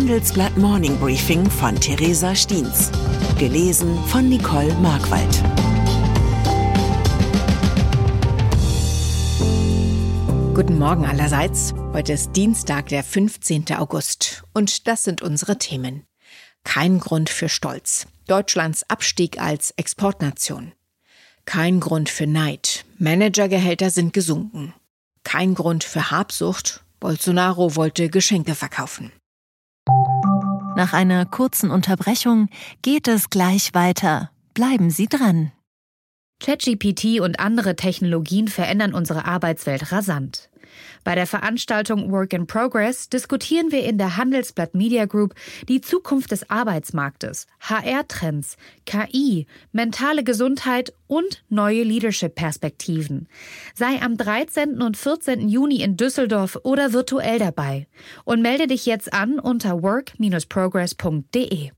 Handelsblatt Morning Briefing von Theresa Stiens. Gelesen von Nicole Markwald. Guten Morgen allerseits. Heute ist Dienstag, der 15. August. Und das sind unsere Themen. Kein Grund für Stolz. Deutschlands Abstieg als Exportnation. Kein Grund für Neid. Managergehälter sind gesunken. Kein Grund für Habsucht. Bolsonaro wollte Geschenke verkaufen. Nach einer kurzen Unterbrechung geht es gleich weiter. Bleiben Sie dran. ChatGPT und andere Technologien verändern unsere Arbeitswelt rasant. Bei der Veranstaltung Work in Progress diskutieren wir in der Handelsblatt Media Group die Zukunft des Arbeitsmarktes, HR-Trends, KI, mentale Gesundheit und neue Leadership-Perspektiven. Sei am 13. und 14. Juni in Düsseldorf oder virtuell dabei und melde dich jetzt an unter work-progress.de.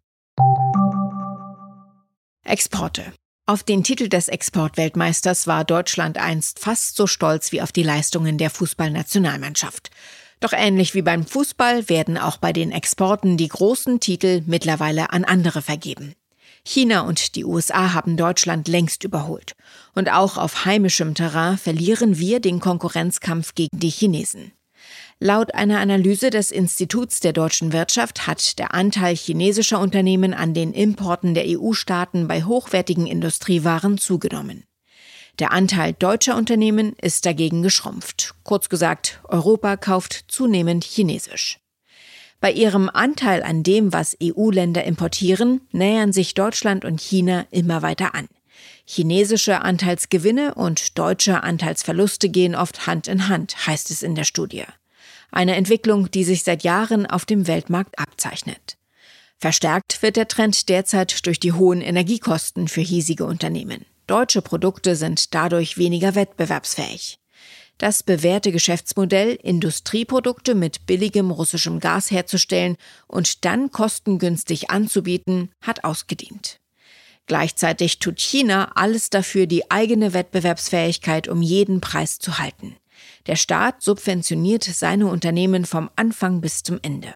Exporte. Auf den Titel des Exportweltmeisters war Deutschland einst fast so stolz wie auf die Leistungen der Fußballnationalmannschaft. Doch ähnlich wie beim Fußball werden auch bei den Exporten die großen Titel mittlerweile an andere vergeben. China und die USA haben Deutschland längst überholt. Und auch auf heimischem Terrain verlieren wir den Konkurrenzkampf gegen die Chinesen. Laut einer Analyse des Instituts der deutschen Wirtschaft hat der Anteil chinesischer Unternehmen an den Importen der EU-Staaten bei hochwertigen Industriewaren zugenommen. Der Anteil deutscher Unternehmen ist dagegen geschrumpft. Kurz gesagt, Europa kauft zunehmend chinesisch. Bei ihrem Anteil an dem, was EU-Länder importieren, nähern sich Deutschland und China immer weiter an. Chinesische Anteilsgewinne und deutsche Anteilsverluste gehen oft Hand in Hand, heißt es in der Studie. Eine Entwicklung, die sich seit Jahren auf dem Weltmarkt abzeichnet. Verstärkt wird der Trend derzeit durch die hohen Energiekosten für hiesige Unternehmen. Deutsche Produkte sind dadurch weniger wettbewerbsfähig. Das bewährte Geschäftsmodell, Industrieprodukte mit billigem russischem Gas herzustellen und dann kostengünstig anzubieten, hat ausgedient. Gleichzeitig tut China alles dafür, die eigene Wettbewerbsfähigkeit um jeden Preis zu halten. Der Staat subventioniert seine Unternehmen vom Anfang bis zum Ende.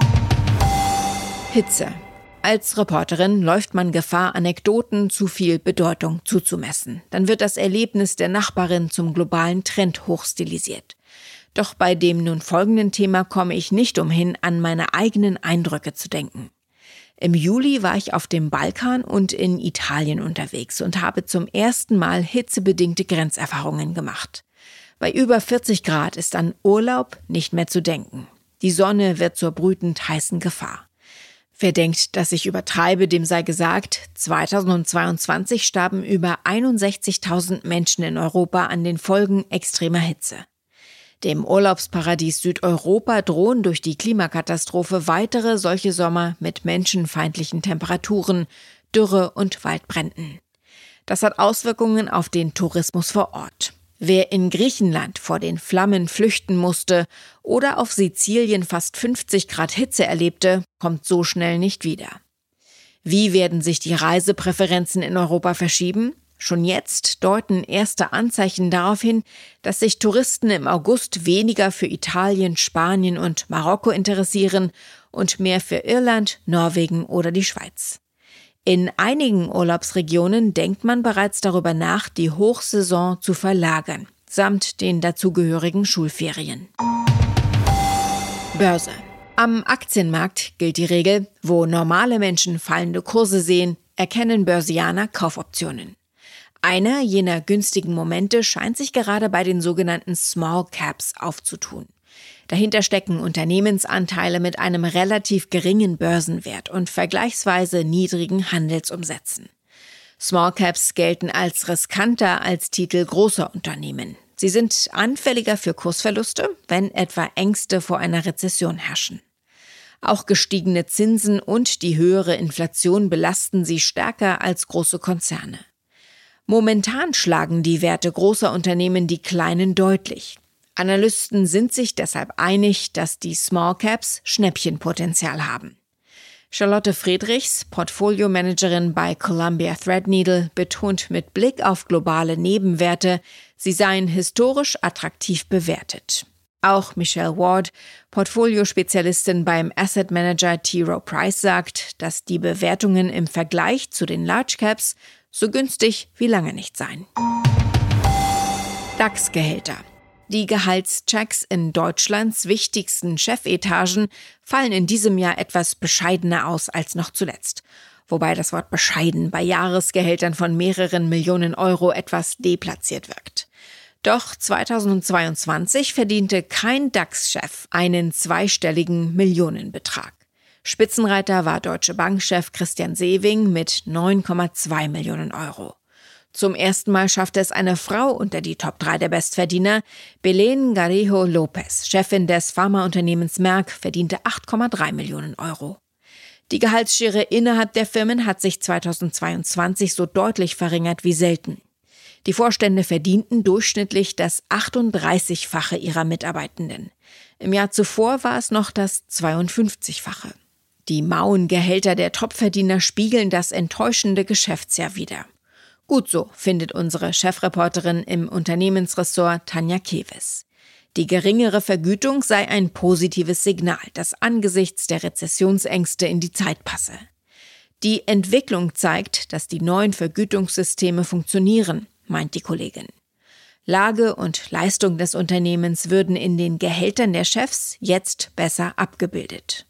Hitze. Als Reporterin läuft man Gefahr, Anekdoten zu viel Bedeutung zuzumessen. Dann wird das Erlebnis der Nachbarin zum globalen Trend hochstilisiert. Doch bei dem nun folgenden Thema komme ich nicht umhin, an meine eigenen Eindrücke zu denken. Im Juli war ich auf dem Balkan und in Italien unterwegs und habe zum ersten Mal hitzebedingte Grenzerfahrungen gemacht. Bei über 40 Grad ist an Urlaub nicht mehr zu denken. Die Sonne wird zur brütend heißen Gefahr. Wer denkt, dass ich übertreibe, dem sei gesagt, 2022 starben über 61.000 Menschen in Europa an den Folgen extremer Hitze. Dem Urlaubsparadies Südeuropa drohen durch die Klimakatastrophe weitere solche Sommer mit menschenfeindlichen Temperaturen, Dürre und Waldbränden. Das hat Auswirkungen auf den Tourismus vor Ort. Wer in Griechenland vor den Flammen flüchten musste oder auf Sizilien fast 50 Grad Hitze erlebte, kommt so schnell nicht wieder. Wie werden sich die Reisepräferenzen in Europa verschieben? Schon jetzt deuten erste Anzeichen darauf hin, dass sich Touristen im August weniger für Italien, Spanien und Marokko interessieren und mehr für Irland, Norwegen oder die Schweiz. In einigen Urlaubsregionen denkt man bereits darüber nach, die Hochsaison zu verlagern, samt den dazugehörigen Schulferien. Börse. Am Aktienmarkt gilt die Regel, wo normale Menschen fallende Kurse sehen, erkennen Börsianer Kaufoptionen. Einer jener günstigen Momente scheint sich gerade bei den sogenannten Small Caps aufzutun. Dahinter stecken Unternehmensanteile mit einem relativ geringen Börsenwert und vergleichsweise niedrigen Handelsumsätzen. Small Caps gelten als riskanter als Titel großer Unternehmen. Sie sind anfälliger für Kursverluste, wenn etwa Ängste vor einer Rezession herrschen. Auch gestiegene Zinsen und die höhere Inflation belasten sie stärker als große Konzerne. Momentan schlagen die Werte großer Unternehmen die kleinen deutlich. Analysten sind sich deshalb einig, dass die Small Caps Schnäppchenpotenzial haben. Charlotte Friedrichs, Portfolio-Managerin bei Columbia Threadneedle, betont mit Blick auf globale Nebenwerte, sie seien historisch attraktiv bewertet. Auch Michelle Ward, Portfoliospezialistin beim Asset Manager T. Rowe Price, sagt, dass die Bewertungen im Vergleich zu den Large Caps so günstig wie lange nicht seien. DAX-Gehälter. Die Gehaltschecks in Deutschlands wichtigsten Chefetagen fallen in diesem Jahr etwas bescheidener aus als noch zuletzt. Wobei das Wort bescheiden bei Jahresgehältern von mehreren Millionen Euro etwas deplatziert wirkt. Doch 2022 verdiente kein DAX-Chef einen zweistelligen Millionenbetrag. Spitzenreiter war Deutsche Bank-Chef Christian Sewing mit 9,2 Millionen Euro. Zum ersten Mal schaffte es eine Frau unter die Top 3 der Bestverdiener. Belén Garijo López, Chefin des Pharmaunternehmens Merck, verdiente 8,3 Millionen Euro. Die Gehaltsschere innerhalb der Firmen hat sich 2022 so deutlich verringert wie selten. Die Vorstände verdienten durchschnittlich das 38-fache ihrer Mitarbeitenden. Im Jahr zuvor war es noch das 52-fache. Die mauen Gehälter der Topverdiener spiegeln das enttäuschende Geschäftsjahr wider. Gut so, findet unsere Chefreporterin im Unternehmensressort Tanja Kewes. Die geringere Vergütung sei ein positives Signal, das angesichts der Rezessionsängste in die Zeit passe. Die Entwicklung zeigt, dass die neuen Vergütungssysteme funktionieren, meint die Kollegin. Lage und Leistung des Unternehmens würden in den Gehältern der Chefs jetzt besser abgebildet.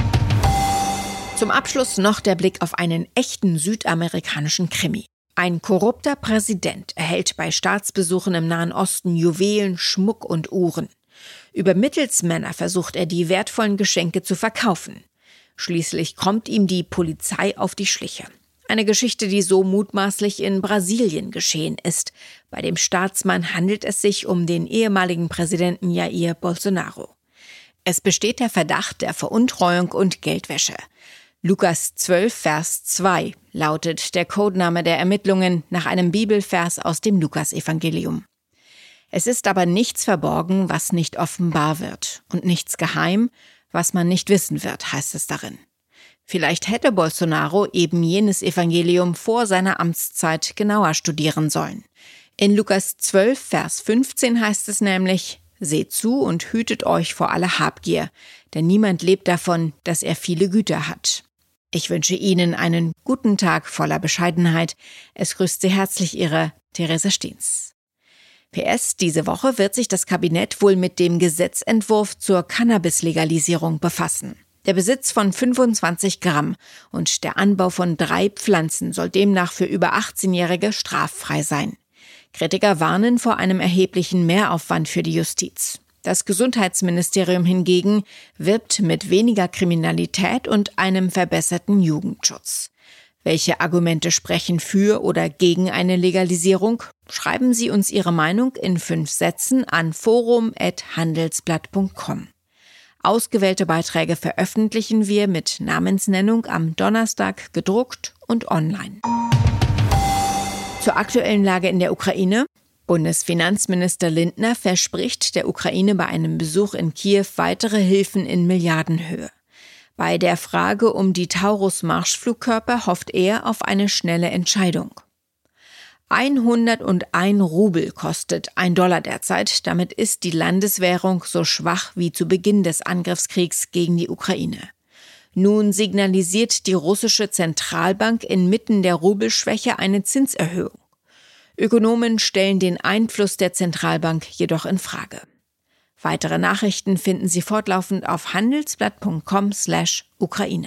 Zum Abschluss noch der Blick auf einen echten südamerikanischen Krimi. Ein korrupter Präsident erhält bei Staatsbesuchen im Nahen Osten Juwelen, Schmuck und Uhren. Über Mittelsmänner versucht er, die wertvollen Geschenke zu verkaufen. Schließlich kommt ihm die Polizei auf die Schliche. Eine Geschichte, die so mutmaßlich in Brasilien geschehen ist. Bei dem Staatsmann handelt es sich um den ehemaligen Präsidenten Jair Bolsonaro. Es besteht der Verdacht der Veruntreuung und Geldwäsche. Lukas 12, Vers 2 lautet der Codename der Ermittlungen nach einem Bibelvers aus dem Lukasevangelium. Es ist aber nichts verborgen, was nicht offenbar wird, und nichts geheim, was man nicht wissen wird, heißt es darin. Vielleicht hätte Bolsonaro eben jenes Evangelium vor seiner Amtszeit genauer studieren sollen. In Lukas 12, Vers 15 heißt es nämlich: Seht zu und hütet euch vor aller Habgier, denn niemand lebt davon, dass er viele Güter hat. Ich wünsche Ihnen einen guten Tag voller Bescheidenheit. Es grüßt Sie herzlich Ihre Theresa Stiens. PS, diese Woche wird sich das Kabinett wohl mit dem Gesetzentwurf zur Cannabis-Legalisierung befassen. Der Besitz von 25 Gramm und der Anbau von 3 Pflanzen soll demnach für über 18-Jährige straffrei sein. Kritiker warnen vor einem erheblichen Mehraufwand für die Justiz. Das Gesundheitsministerium hingegen wirbt mit weniger Kriminalität und einem verbesserten Jugendschutz. Welche Argumente sprechen für oder gegen eine Legalisierung? Schreiben Sie uns Ihre Meinung in 5 Sätzen an forum@handelsblatt.com. Ausgewählte Beiträge veröffentlichen wir mit Namensnennung am Donnerstag gedruckt und online. Zur aktuellen Lage in der Ukraine. Bundesfinanzminister Lindner verspricht der Ukraine bei einem Besuch in Kiew weitere Hilfen in Milliardenhöhe. Bei der Frage um die Taurus-Marschflugkörper hofft er auf eine schnelle Entscheidung. 101 Rubel kostet $1 derzeit. Damit ist die Landeswährung so schwach wie zu Beginn des Angriffskriegs gegen die Ukraine. Nun signalisiert die russische Zentralbank inmitten der Rubelschwäche eine Zinserhöhung. Ökonomen stellen den Einfluss der Zentralbank jedoch in Frage. Weitere Nachrichten finden Sie fortlaufend auf handelsblatt.com/Ukraine.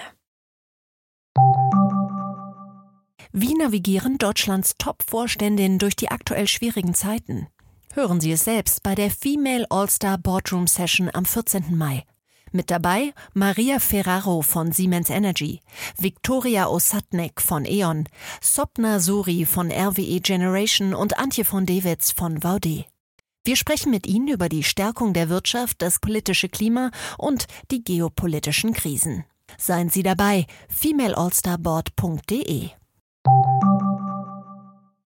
Wie navigieren Deutschlands Top-Vorständinnen durch die aktuell schwierigen Zeiten? Hören Sie es selbst bei der Female All-Star Boardroom Session am 14. Mai. Mit dabei Maria Ferraro von Siemens Energy, Viktoria Ossadnek von E.ON, Sopna Suri von RWE Generation und Antje von Dewitz von Vaude. Wir sprechen mit Ihnen über die Stärkung der Wirtschaft, das politische Klima und die geopolitischen Krisen. Seien Sie dabei, femaleallstarboard.de.